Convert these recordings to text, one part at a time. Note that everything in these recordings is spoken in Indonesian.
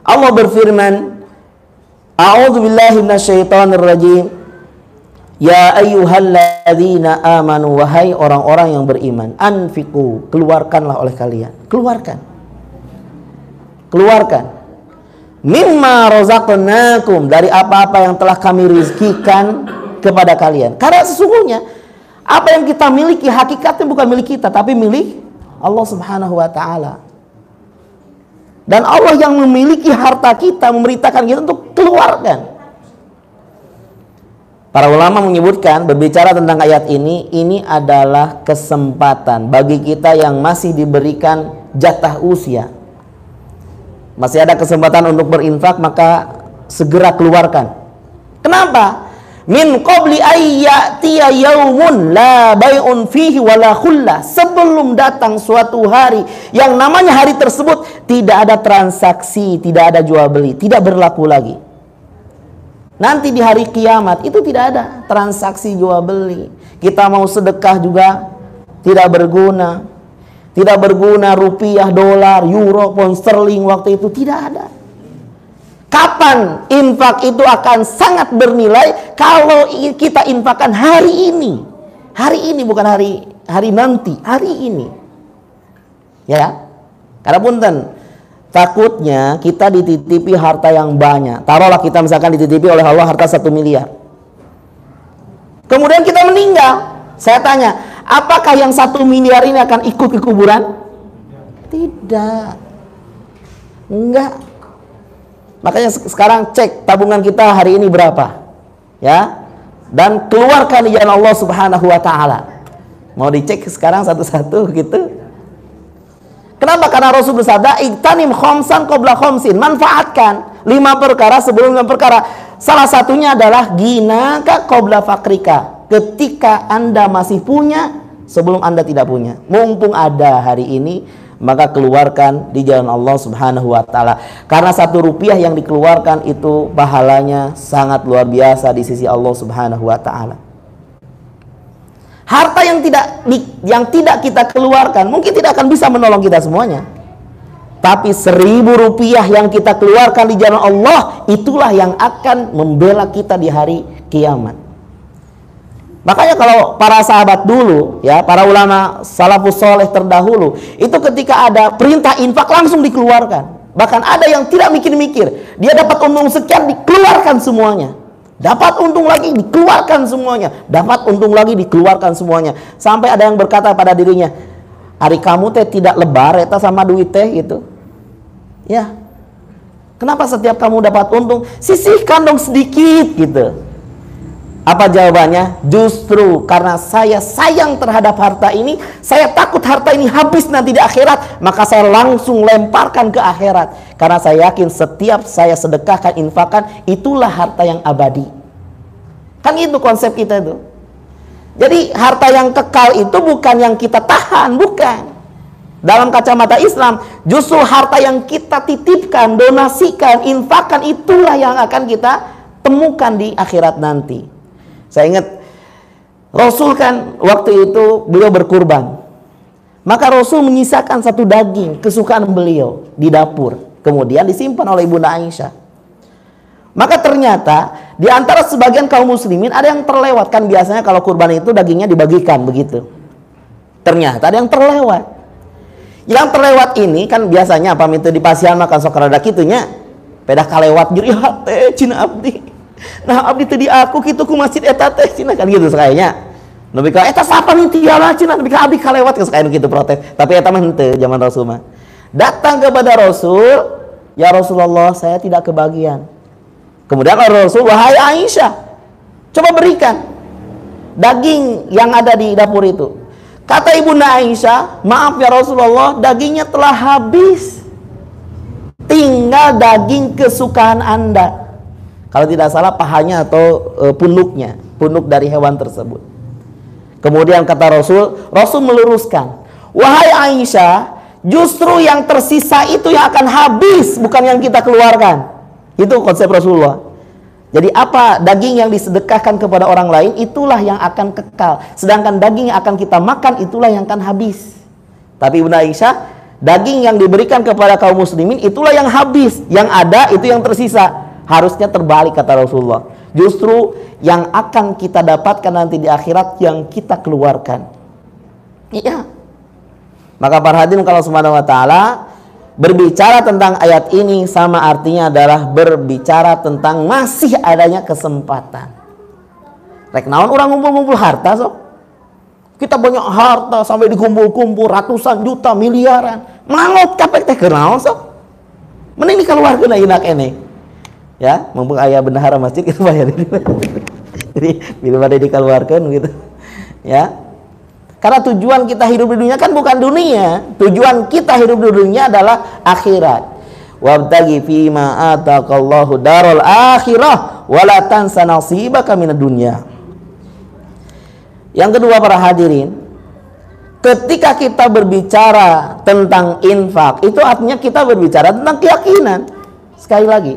Allah berfirman, A'udzubillahi minasyaitonirrajim. Ya ayyuhalladzina amanu, wahai orang-orang yang beriman, anfiqu, keluarkanlah oleh kalian. Keluarkan. Mimma razaqnakum, dari apa-apa yang telah kami rizkikan kepada kalian. Karena sesungguhnya apa yang kita miliki hakikatnya bukan milik kita, tapi milik Allah Subhanahu wa taala. Dan Allah yang memiliki harta kita memerintahkan kita untuk keluarkan. Para ulama menyebutkan, berbicara tentang ayat ini adalah kesempatan bagi kita yang masih diberikan jatah usia. Masih ada kesempatan untuk berinfak, maka segera keluarkan. Kenapa? Min qabli ayyatiya yaumun la bai'un fihi wala khullah. Sebelum datang suatu hari yang namanya hari tersebut tidak ada transaksi, tidak ada jual beli, tidak berlaku lagi. Nanti di hari kiamat itu tidak ada transaksi jual beli. Kita mau sedekah juga tidak berguna. Tidak berguna rupiah, dolar, euro, pound sterling waktu itu tidak ada. Kapan infak itu akan sangat bernilai? Kalau kita infakkan hari ini. Hari ini bukan hari nanti, hari ini. Ya. Karena punten, takutnya kita dititipi harta yang banyak. Taruhlah kita misalkan dititipi oleh Allah harta 1 miliar. Kemudian kita meninggal. Saya tanya, apakah yang 1 miliar ini akan ikut ke kuburan? Tidak. Enggak. Makanya sekarang cek tabungan kita hari ini berapa. Ya. Dan keluarkan di jalan Allah Subhanahu wa taala. Mau dicek sekarang satu-satu gitu. Kenapa? Karena Rasul bersabda, "Iktanim khamsan qabla khamsin." Manfaatkan 5 perkara sebelum 5 perkara. Salah satunya adalah ginaka qabla fakrika. Ketika Anda masih punya sebelum Anda tidak punya. Mumpung ada hari ini, maka keluarkan di jalan Allah Subhanahu wa taala. Karena 1 rupiah yang dikeluarkan itu pahalanya sangat luar biasa di sisi Allah Subhanahu wa taala. Harta yang tidak kita keluarkan mungkin tidak akan bisa menolong kita semuanya. Tapi 1.000 rupiah yang kita keluarkan di jalan Allah, itulah yang akan membela kita di hari kiamat. Makanya kalau para sahabat dulu, ya, para ulama salafus soleh terdahulu, itu ketika ada perintah infak langsung dikeluarkan. Bahkan ada yang tidak mikir-mikir, dia dapat untung sekian dikeluarkan semuanya. Dapat untung lagi dikeluarkan semuanya. Dapat untung lagi dikeluarkan semuanya. Sampai ada yang berkata pada dirinya, "Hari kamu teh tidak lebar eta sama duit teh gitu." Ya. Kenapa setiap kamu dapat untung, sisihkan dong sedikit gitu. Apa jawabannya? Justru karena saya sayang terhadap harta ini, saya takut harta ini habis nanti di akhirat, maka saya langsung lemparkan ke akhirat. Karena saya yakin setiap saya sedekahkan, infakkan, itulah harta yang abadi. Kan itu konsep kita itu. Jadi harta yang kekal itu bukan yang kita tahan, bukan. Dalam kacamata Islam, justru harta yang kita titipkan, donasikan, infakkan, itulah yang akan kita temukan di akhirat nanti. Saya ingat Rasul kan waktu itu beliau berkurban. Maka Rasul menyisakan 1 daging kesukaan beliau di dapur. Kemudian disimpan oleh Ibunda Aisyah. Maka ternyata di antara sebagian kaum muslimin ada yang terlewat. Kan biasanya kalau kurban itu dagingnya dibagikan begitu. Ternyata ada yang terlewat. Yang terlewat ini kan biasanya apa itu dipasihan makan sokarada kitunya. Pedah kalewat juri hate cina abdi. Nah abdi tadi aku gitu ku masjid eta teh cina kan gitu sekayanya. Nabi ka eta sapa nih tiara cina nabi ka abdi kalewat ke sekayanya gitu protes. Tapi eta mah henteu zaman Rasul mah. Datang kepada Rasul, "Ya Rasulullah, saya tidak kebagian." Kemudian Rasul, "Wahai Aisyah, coba berikan daging yang ada di dapur itu." Kata Ibunda Aisyah, "Maaf ya Rasulullah, dagingnya telah habis. Tinggal daging kesukaan Anda." Kalau tidak salah pahanya atau punuknya, punuk dari hewan tersebut. Kemudian kata Rasul meluruskan, "Wahai Aisyah, justru yang tersisa itu yang akan habis, bukan yang kita keluarkan." Itu konsep Rasulullah. Jadi apa daging yang disedekahkan kepada orang lain, itulah yang akan kekal. Sedangkan daging yang akan kita makan, itulah yang akan habis. Tapi Ibunda Aisyah Daging yang diberikan kepada kaum muslimin itulah yang habis, yang ada itu yang tersisa. Harusnya terbalik kata Rasulullah. Justru yang akan kita dapatkan nanti di akhirat yang kita keluarkan. Iya. Maka para hadirin kalau Subhanahu wa taala berbicara tentang ayat ini sama artinya adalah berbicara tentang masih adanya kesempatan. Rek naon orang ngumpul-ngumpul harta sok. Kita banyak harta sampai dikumpul-kumpul ratusan juta miliaran. Mangot kapek teh kenaon sok. Mending dikeluarkeun ayeuna kene. Ya, mumpung aya bendahara masjid kita bayar. Jadi bila ada dikeluarkan gitu. Ya. Karena tujuan kita hidup di dunia kan bukan dunia. Tujuan kita hidup di dunia adalah akhirat. Wabtaghi fima ataqallahu darul akhirah wala tansa nasibaka minad dunya. Yang kedua para hadirin, ketika kita berbicara tentang infak, itu artinya kita berbicara tentang keyakinan. Sekali lagi,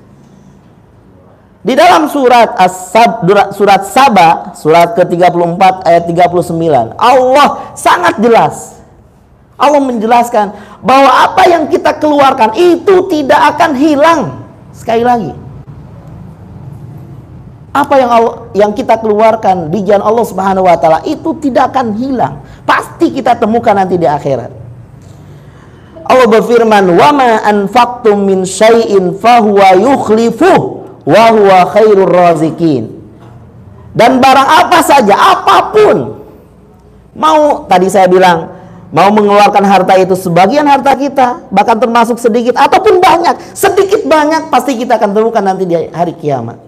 di dalam surat surat Saba, surat ke-34 ayat 39, Allah sangat jelas. Allah menjelaskan bahwa apa yang kita keluarkan itu tidak akan hilang. Sekali lagi, apa yang kita keluarkan di jalan Allah Subhanahu wa taala itu tidak akan hilang. Pasti kita temukan nanti di akhirat. Allah berfirman, "Wa ma anfaqtum min syai'in fahuwa yukhlifuh wa huwa khairur razikin." Dan barang apa saja, apapun, mau tadi saya bilang, mau mengeluarkan harta itu sebagian harta kita, bahkan termasuk sedikit ataupun banyak, sedikit banyak pasti kita akan temukan nanti di hari kiamat.